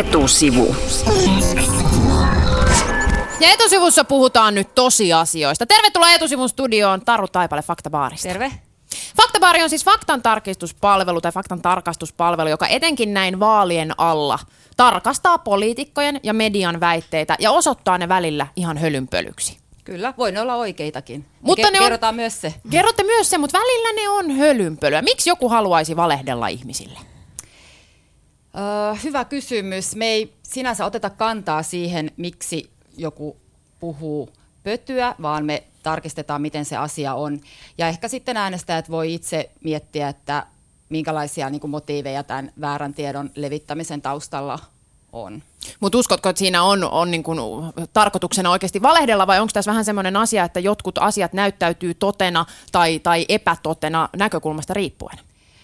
Etusivu. Ja Etusivussa puhutaan nyt tosiasioista. Tervetuloa Etusivun studioon Taru Taipale Faktabaarista. Terve. Faktabaari on siis faktan tarkistuspalvelu tai faktan tarkastuspalvelu, joka etenkin näin vaalien alla tarkastaa poliitikkojen ja median väitteitä ja osoittaa ne välillä ihan hölynpölyksi. Kyllä, voi ne olla oikeitakin. Mutta kerrotaan myös se. Kerrotte myös se, mutta välillä ne on hölynpölyä. Miksi joku haluaisi valehdella ihmisille? Hyvä kysymys. Me ei sinänsä oteta kantaa siihen, miksi joku puhuu pötyä, vaan me tarkistetaan, miten se asia on. Ja ehkä sitten äänestäjät voi itse miettiä, että minkälaisia motiiveja tämän väärän tiedon levittämisen taustalla on. Mutta uskotko, että siinä on niin kuin tarkoituksena oikeasti valehdella, vai onko tässä vähän semmoinen asia, että jotkut asiat näyttäytyy totena tai epätotena näkökulmasta riippuen?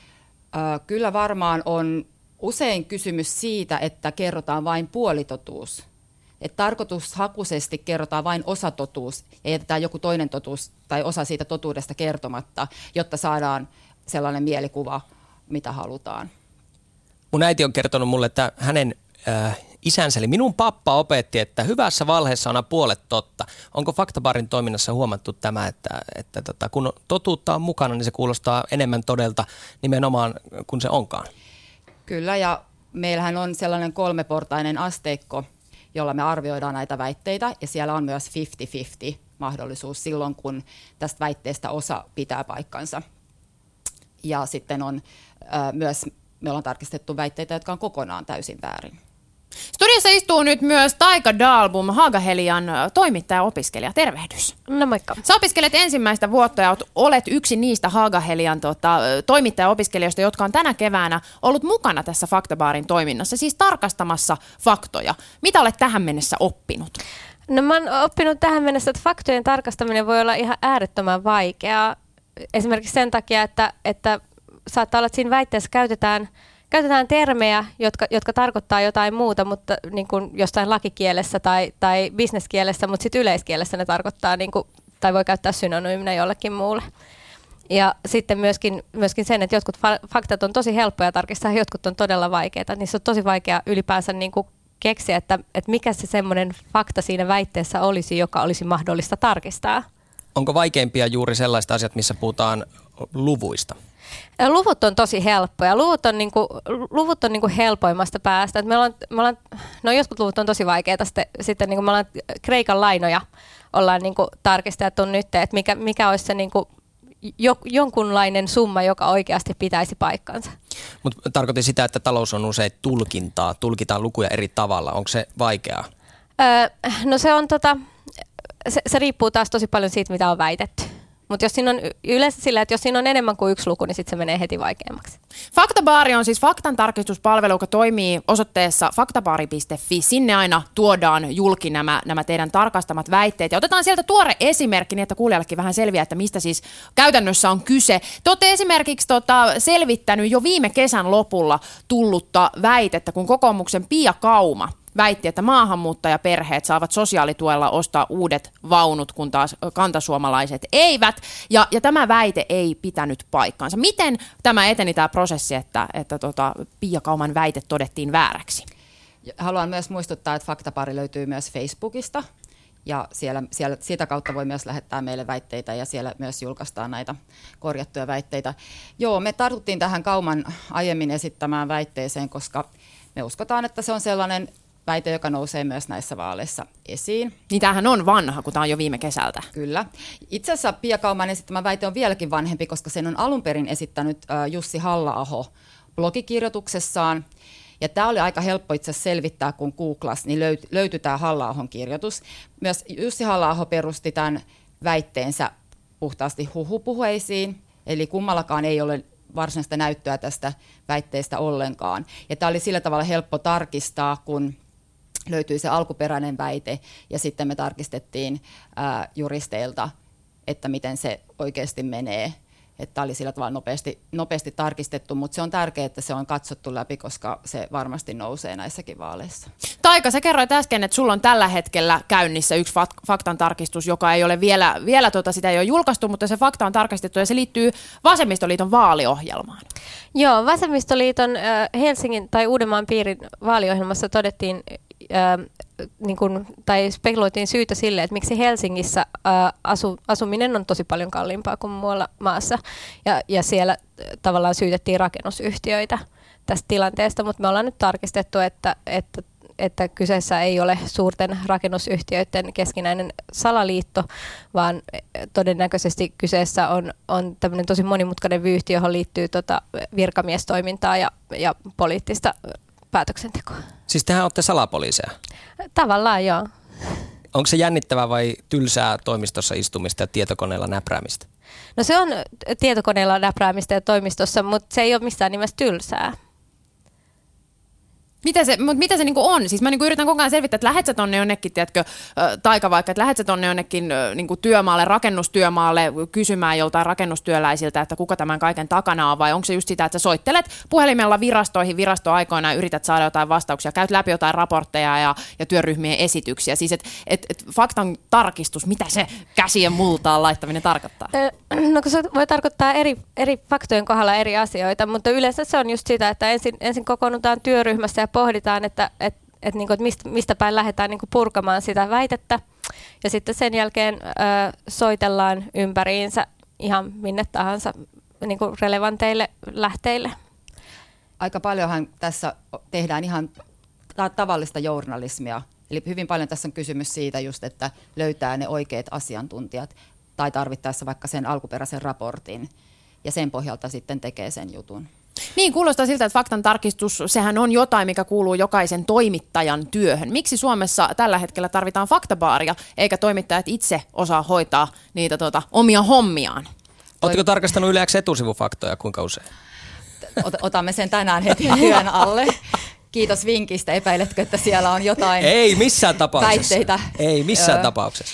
Kyllä varmaan on usein kysymys siitä, että kerrotaan vain puolitotuus. Että tarkoitushakuisesti kerrotaan vain osatotuus ja jätetään joku toinen totuus tai osa siitä totuudesta kertomatta, jotta saadaan sellainen mielikuva, mitä halutaan. Mun äiti on kertonut mulle, että hänen isänsä, eli minun pappa opetti, että hyvässä valheessa on puolet totta. Onko Faktabaarin toiminnassa huomattu tämä, että kun totuutta on mukana, niin se kuulostaa enemmän todelta nimenomaan kuin se onkaan? Kyllä, ja meillähän on sellainen 3-portainen asteikko, jolla me arvioidaan näitä väitteitä, ja siellä on myös 50-50 mahdollisuus silloin, kun tästä väitteestä osa pitää paikkansa. Ja sitten on myös, me ollaan tarkistettu väitteitä, jotka on kokonaan täysin väärin. Studiossa istuu nyt myös Taika Dalbum, Hagahelian toimittaja-opiskelija. Tervehdys. No moikka. Sä opiskelet ensimmäistä vuotta ja olet yksi niistä Hagahelian toimittaja-opiskelijoista, jotka on tänä keväänä ollut mukana tässä Faktabaarin toiminnassa, siis tarkastamassa faktoja. Mitä olet tähän mennessä oppinut? No mä oon oppinut tähän mennessä, että faktojen tarkastaminen voi olla ihan äärettömän vaikeaa. Esimerkiksi sen takia, että saattaa olla, että siinä väitteessä käytetään termejä, jotka tarkoittaa jotain muuta, mutta niin kuin jostain lakikielessä tai bisneskielessä, mutta sitten yleiskielessä ne tarkoittaa, niin kuin, tai voi käyttää synonyyminä jollekin muulle. Ja sitten myöskin sen, että jotkut faktat on tosi helppoja tarkistaa, jotkut on todella vaikeita. Niissä on tosi vaikea ylipäänsä niin kuin keksiä, että mikä se semmoinen fakta siinä väitteessä olisi, joka olisi mahdollista tarkistaa. Onko vaikeimpia juuri sellaiset asiat, missä puhutaan luvuista? Luvut on tosi helppoja. Luvut on niinku helpoimmasta päästä. Jotkut luvut on tosi vaikeita. Sitten niinku me ollaan Kreikan lainoja ollaan niinku tarkistettu nyt, että mikä olisi se niinku jonkunlainen summa, joka oikeasti pitäisi paikkansa. Mutta tarkoitin sitä, että talous on usein tulkintaa. Tulkitaan lukuja eri tavalla. Onko se vaikeaa? No se on se riippuu taas tosi paljon siitä, mitä on väitetty. Mutta jos siinä on yleensä sillä, että jos siinä on enemmän kuin yksi luku, niin sitten se menee heti vaikeammaksi. Faktabaari on siis faktan tarkistuspalvelu, joka toimii osoitteessa faktabaari.fi. Sinne aina tuodaan julki nämä teidän tarkastamat väitteet. Ja otetaan sieltä tuore esimerkki, niin että kuulijallekin vähän selviää, että mistä siis käytännössä on kyse. Te olette esimerkiksi selvittänyt jo viime kesän lopulla tullutta väitettä, kun kokoomuksen Pia Kauma väitti, että maahanmuuttajaperheet saavat sosiaalituella ostaa uudet vaunut, kun taas kantasuomalaiset eivät. Ja tämä väite ei pitänyt paikkaansa. Miten tämä eteni tämä prosessi, että Pia Kauman väite todettiin vääräksi? Haluan myös muistuttaa, että Faktabaari löytyy myös Facebookista. Ja siellä sitä kautta voi myös lähettää meille väitteitä ja siellä myös julkaistaan näitä korjattuja väitteitä. Joo, me tartuttiin tähän Kauman aiemmin esittämään väitteeseen, koska me uskotaan, että se on sellainen väite, joka nousee myös näissä vaaleissa esiin. Niin tämähän on vanha, kun tämä on jo viime kesältä. Kyllä. Itse asiassa Pia Kauman esittämä väite on vieläkin vanhempi, koska sen on alun perin esittänyt Jussi Halla-aho blogikirjoituksessaan. Ja tämä oli aika helppo itse asiassa selvittää, kun googlasi, niin löytyi tämä Halla-ahon kirjoitus. Myös Jussi Halla-aho perusti tämän väitteensä puhtaasti huhupuheisiin, eli kummallakaan ei ole varsinaista näyttöä tästä väitteestä ollenkaan. Ja tämä oli sillä tavalla helppo tarkistaa, kun löytyi se alkuperäinen väite, ja sitten me tarkistettiin juristeilta, että miten se oikeasti menee. Että oli sillä tavalla nopeasti tarkistettu, mutta se on tärkeää, että se on katsottu läpi, koska se varmasti nousee näissäkin vaaleissa. Taika, sä kerroit äsken, että sulla on tällä hetkellä käynnissä yksi faktan tarkistus, joka ei ole vielä sitä ei ole julkaistu, mutta se fakta on tarkistettu ja se liittyy Vasemmistoliiton vaaliohjelmaan. Joo, Vasemmistoliiton Helsingin tai Uudenmaan piirin vaaliohjelmassa todettiin tai spekuloitiin syytä sille, että miksi Helsingissä asuminen on tosi paljon kalliimpaa kuin muualla maassa. Ja siellä tavallaan syytettiin rakennusyhtiöitä tästä tilanteesta, mutta me ollaan nyt tarkistettu, että kyseessä ei ole suurten rakennusyhtiöiden keskinäinen salaliitto, vaan todennäköisesti kyseessä on tämmöinen tosi monimutkainen vyyhti, johon liittyy virkamiestoimintaa ja poliittista päätöksentekoa. Siis tehän olette salapoliiseja? Tavallaan joo. Onko se jännittävää vai tylsää toimistossa istumista ja tietokoneella näpräämistä? No se on tietokoneella näpräämistä ja toimistossa, mutta se ei ole missään nimessä tylsää. Mitä se niinku on? Siis mä niinku yritän koko ajan selvittää, että lähet sä tonne jonnekin, tiedätkö, Taika vaikka, että lähet sä tonne jonnekin niinku työmaalle, rakennustyömaalle kysymään joltain rakennustyöläisiltä, että kuka tämän kaiken takana on, vai onko se just sitä, että sä soittelet puhelimella virastoaikoina ja yrität saada jotain vastauksia, käyt läpi jotain raportteja ja työryhmien esityksiä. Siis et faktan tarkistus, mitä se käsien multaan laittaminen tarkoittaa? No kun se voi tarkoittaa eri faktojen kohdalla eri asioita, mutta yleensä se on just sitä, että ensin kokoonnutaan työryhmässä ja pohditaan, että mistä päin lähdetään purkamaan sitä väitettä. Ja sitten sen jälkeen soitellaan ympäriinsä ihan minne tahansa relevanteille lähteille. Aika paljonhan tässä tehdään ihan tavallista journalismia. Eli hyvin paljon tässä on kysymys siitä just, että löytää ne oikeat asiantuntijat tai tarvittaessa vaikka sen alkuperäisen raportin ja sen pohjalta sitten tekee sen jutun. Niin, kuulostaa siltä, että faktan tarkistus, sehän on jotain, mikä kuuluu jokaisen toimittajan työhön. Miksi Suomessa tällä hetkellä tarvitaan faktabaaria, eikä toimittajat itse osaa hoitaa niitä omia hommiaan? Oletteko tarkastanut Yle X etusivufaktoja kuinka usein? Otamme sen tänään heti työn alle. Kiitos vinkistä. Epäiletkö, että siellä on jotain Ei missään tapauksessa. väitteitä? Ei missään tapauksessa.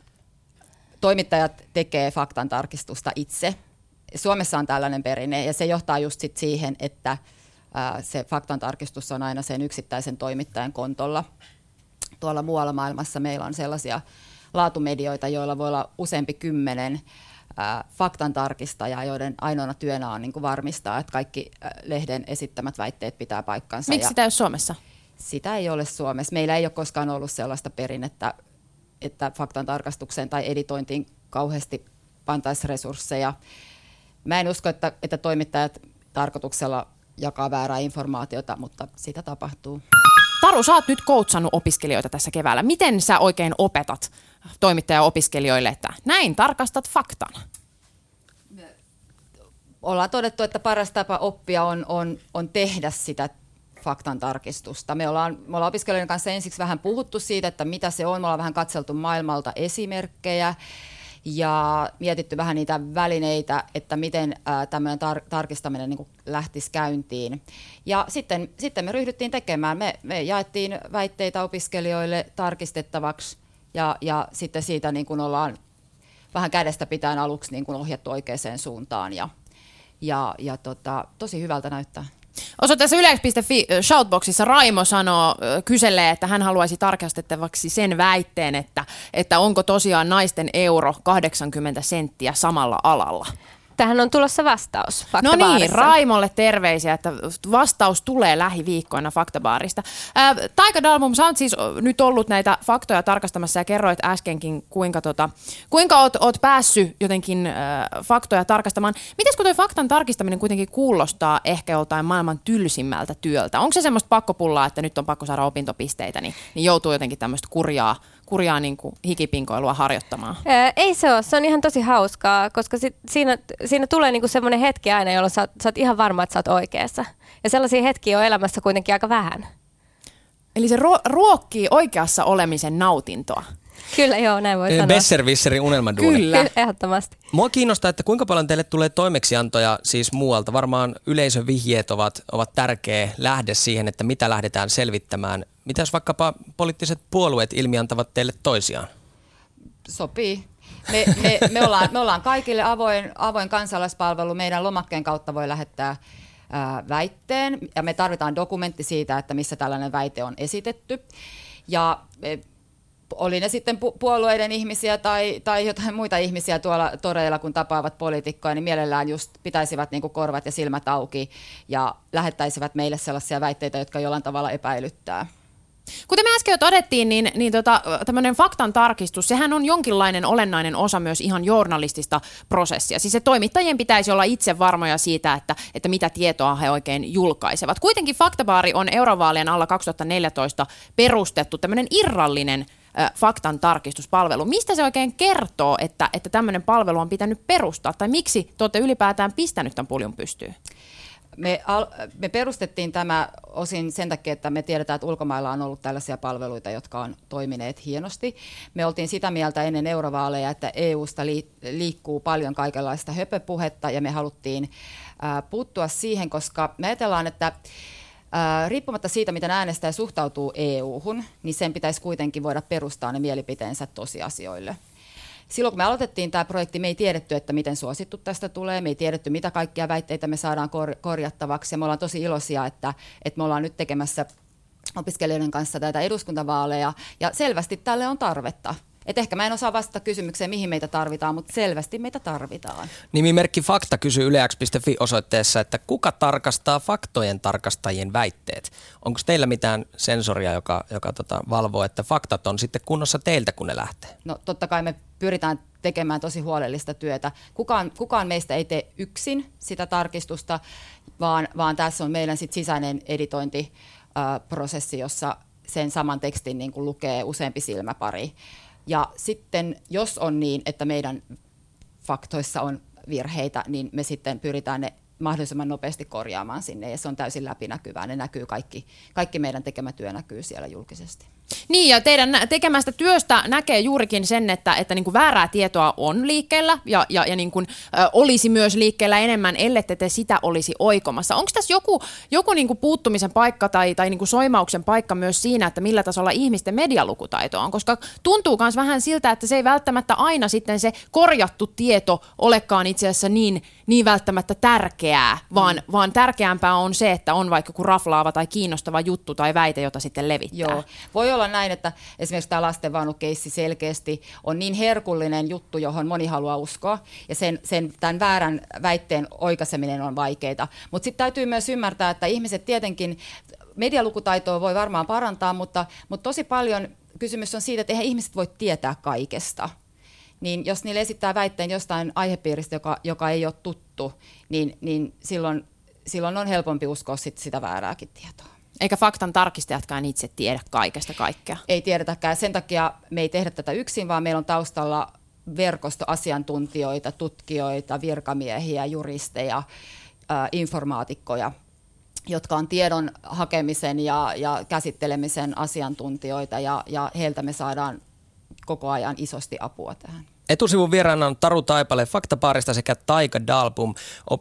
Toimittajat tekee faktan tarkistusta itse. Suomessa on tällainen perinne ja se johtaa just sit siihen, että se faktantarkistus on aina sen yksittäisen toimittajan kontolla. Tuolla muualla maailmassa meillä on sellaisia laatumedioita, joilla voi olla useampi 10 faktantarkistajaa, joiden ainoana työnä on varmistaa, että kaikki lehden esittämät väitteet pitää paikkansa. Miksi sitä ei ole Suomessa? Sitä ei ole Suomessa. Meillä ei ole koskaan ollut sellaista perinnettä, että faktantarkastukseen tai editointiin kauheasti pantaisi resursseja. Mä en usko, että toimittajat tarkoituksella jakaa väärää informaatiota, mutta sitä tapahtuu. Taru, sä oot nyt coachannut opiskelijoita tässä keväällä. Miten sä oikein opetat toimittaja-opiskelijoille, että näin tarkastat faktan? Ollaan todettu, että paras tapa oppia on tehdä sitä faktan tarkistusta. Me ollaan opiskelijoiden kanssa ensiksi vähän puhuttu siitä, että mitä se on. Me ollaan vähän katseltu maailmalta esimerkkejä ja mietitty vähän niitä välineitä, että miten tämmöinen tarkistaminen lähtisi käyntiin. Ja sitten me ryhdyttiin tekemään. Me jaettiin väitteitä opiskelijoille tarkistettavaksi ja sitten siitä ollaan vähän kädestä pitäen aluksi ohjattu oikeaan suuntaan ja tosi hyvältä näyttää. Osoitteessa yle.fi shoutboxissa Raimo kyselee, että hän haluaisi tarkastettavaksi sen väitteen, että onko tosiaan naisten euro 80 senttiä samalla alalla. Tähän on tulossa vastaus Faktabaarissa. No niin, Raimolle terveisiä, että vastaus tulee lähiviikkoina Faktabaarista. Taika Dalbum, sä oot siis nyt ollut näitä faktoja tarkastamassa ja kerroit äskenkin, kuinka oot päässyt jotenkin faktoja tarkastamaan. Mites kun toi faktan tarkistaminen kuitenkin kuulostaa ehkä joltain maailman tylsimmältä työltä? Onko se semmoista pakkopullaa, että nyt on pakko saada opintopisteitä, niin joutuu jotenkin tämmöistä kurjaa hikipinkoilua harjoittamaan? Ei se ole. Se on ihan tosi hauskaa, koska siinä tulee semmoinen hetki aina, jolloin sä oot ihan varma, että sä oot oikeassa. Ja sellaisia hetkiä on elämässä kuitenkin aika vähän. Eli se ruokkii oikeassa olemisen nautintoa. Kyllä joo, näin voi sanoa. Besserwisserin unelmaduuni. Kyllä. Ehdottomasti. Mua kiinnostaa, että kuinka paljon teille tulee toimeksiantoja siis muualta. Varmaan yleisön vihjeet ovat tärkeä lähde siihen, että mitä lähdetään selvittämään. Mitä jos vaikkapa poliittiset puolueet ilmiantavat teille toisiaan? Sopii. Me ollaan kaikille avoin kansalaispalvelu. Meidän lomakkeen kautta voi lähettää väitteen, ja me tarvitaan dokumentti siitä, että missä tällainen väite on esitetty. Ja oli ne sitten puolueiden ihmisiä tai jotain muita ihmisiä tuolla toreilla, kun tapaavat poliitikkoja, niin mielellään just pitäisivät niin kuin korvat ja silmät auki ja lähettäisivät meille sellaisia väitteitä, jotka jollain tavalla epäilyttää. Kuten me äsken jo todettiin, niin tämmöinen faktan tarkistus, sehän on jonkinlainen olennainen osa myös ihan journalistista prosessia. Siis se toimittajien pitäisi olla itse varmoja siitä, että mitä tietoa he oikein julkaisevat. Kuitenkin Faktabaari on eurovaalien alla 2014 perustettu tämmöinen irrallinen faktan tarkistuspalvelu. Mistä se oikein kertoo, että tämmöinen palvelu on pitänyt perustaa, tai miksi te olette ylipäätään pistänyt tämän puljun pystyyn? Me perustettiin tämä osin sen takia, että me tiedetään, että ulkomailla on ollut tällaisia palveluita, jotka on toimineet hienosti. Me oltiin sitä mieltä ennen eurovaaleja, että EUsta liikkuu paljon kaikenlaista höpöpuhetta, ja me haluttiin puuttua siihen, koska me ajatellaan, että riippumatta siitä, miten äänestäjä suhtautuu EU-hun, niin sen pitäisi kuitenkin voida perustaa ne mielipiteensä tosiasioille. Silloin kun me aloitettiin tämä projekti, me ei tiedetty, että miten suosittu tästä tulee, me ei tiedetty, mitä kaikkia väitteitä me saadaan korjattavaksi, ja me ollaan tosi iloisia, että me ollaan nyt tekemässä opiskelijoiden kanssa tätä eduskuntavaaleja, ja selvästi tälle on tarvetta. Et ehkä mä en osaa vastata kysymykseen, mihin meitä tarvitaan, mutta selvästi meitä tarvitaan. Nimimerkki Fakta kysyy ylex.fi-osoitteessa, että kuka tarkastaa faktojen tarkastajien väitteet? Onko teillä mitään sensoria, joka valvoo, että faktat on sitten kunnossa teiltä, kun ne lähtee? No totta kai me pyritään tekemään tosi huolellista työtä. Kukaan meistä ei tee yksin sitä tarkistusta, vaan tässä on meidän sit sisäinen editointiprosessi, jossa sen saman tekstin niin kuin lukee useampi silmäpari. Ja sitten jos on niin, että meidän faktoissa on virheitä, niin me sitten pyritään ne mahdollisimman nopeasti korjaamaan sinne, ja se on täysin läpinäkyvää. Ne näkyy kaikki meidän tekemä työ näkyy siellä julkisesti. Niin, ja teidän tekemästä työstä näkee juurikin sen, että niin kuin väärää tietoa on liikkeellä ja niin kuin, olisi myös liikkeellä enemmän, ellette te sitä olisi oikomassa. Onko tässä joku niin kuin puuttumisen paikka tai niin kuin soimauksen paikka myös siinä, että millä tasolla ihmisten medialukutaito on? Koska tuntuu myös vähän siltä, että se ei välttämättä aina sitten se korjattu tieto olekaan itse asiassa niin välttämättä tärkeää, vaan tärkeämpää on se, että on vaikka joku raflaava tai kiinnostava juttu tai väite, jota sitten levittää. Joo. Voi olla näin, että esimerkiksi tämä lastenvaunukeissi selkeästi on niin herkullinen juttu, johon moni haluaa uskoa, ja tämän väärän väitteen oikaiseminen on vaikeaa. Mutta sitten täytyy myös ymmärtää, että ihmiset tietenkin, medialukutaitoa voi varmaan parantaa, mutta tosi paljon kysymys on siitä, että eihän ihmiset voi tietää kaikesta. Niin jos niille esittää väitteen jostain aihepiiristä, joka ei ole tuttu, niin silloin on helpompi uskoa sitä väärääkin tietoa. Eikä faktan tarkistajatkaan itse tiedä kaikesta kaikkea. Ei tiedetäkään. Sen takia me ei tehdä tätä yksin, vaan meillä on taustalla verkosto asiantuntijoita, tutkijoita, virkamiehiä, juristeja, informaatikkoja, jotka on tiedon hakemisen ja käsittelemisen asiantuntijoita, ja heiltä me saadaan koko ajan isosti apua tähän. Etusivun vieraana on Taru Taipale Faktabaarista sekä Taika Dalbum,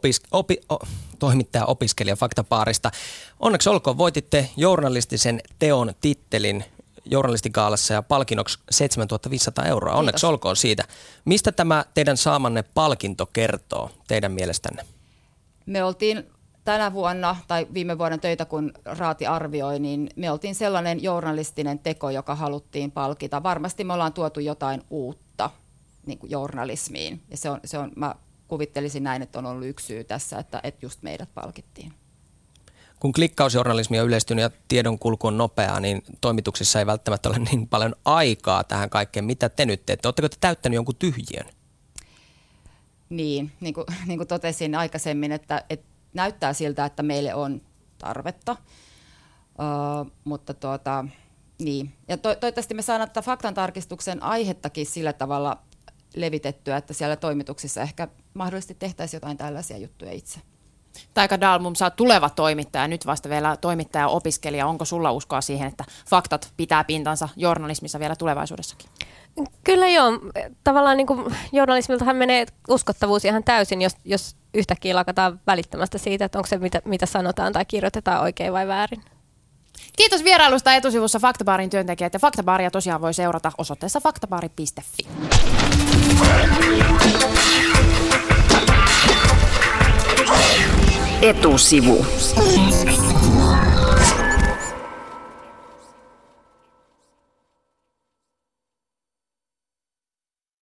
toimittaja-opiskelija Faktabaarista. Onneksi olkoon, voititte journalistisen teon tittelin journalistikaalassa ja palkinnoksi 7500 €. Onneksi Kiitos. olkoon siitä. Mistä tämä teidän saamanne palkinto kertoo teidän mielestänne? Me oltiin tänä vuonna tai viime vuoden töitä, kun Raati arvioi, niin me oltiin sellainen journalistinen teko, joka haluttiin palkita. Varmasti me ollaan tuotu jotain uutta niin kuin journalismiin. Ja se on, mä kuvittelisin näin, että on ollut yksi syy tässä, että just meidät palkittiin. Kun klikkausjournalismi on yleistynyt ja tiedonkulku on nopeaa, niin toimituksissa ei välttämättä ole niin paljon aikaa tähän kaikkeen. Mitä te nyt teette? Oletteko te täyttänyt jonkun tyhjiön? Niin kuin totesin aikaisemmin, että näyttää siltä, että meille on tarvetta, mutta niin. Ja toivottavasti me saadaan tätä faktantarkistuksen aihettakin sillä tavalla levitettyä, että siellä toimituksissa ehkä mahdollisesti tehtäisiin jotain tällaisia juttuja itse. Taika Dalbum, sä oot tuleva toimittaja, nyt vasta vielä toimittaja-opiskelija. Onko sulla uskoa siihen, että faktat pitää pintansa journalismissa vielä tulevaisuudessakin? Kyllä joo. Tavallaan niin kuin journalismiltahan menee uskottavuus ihan täysin, jos yhtäkkiä lakataan välittämästä siitä, että onko se mitä sanotaan tai kirjoitetaan oikein vai väärin. Kiitos vierailusta etusivussa Faktabaarin työntekijät, ja Faktabaaria tosiaan voi seurata osoitteessa faktabaari.fi. Etusivu.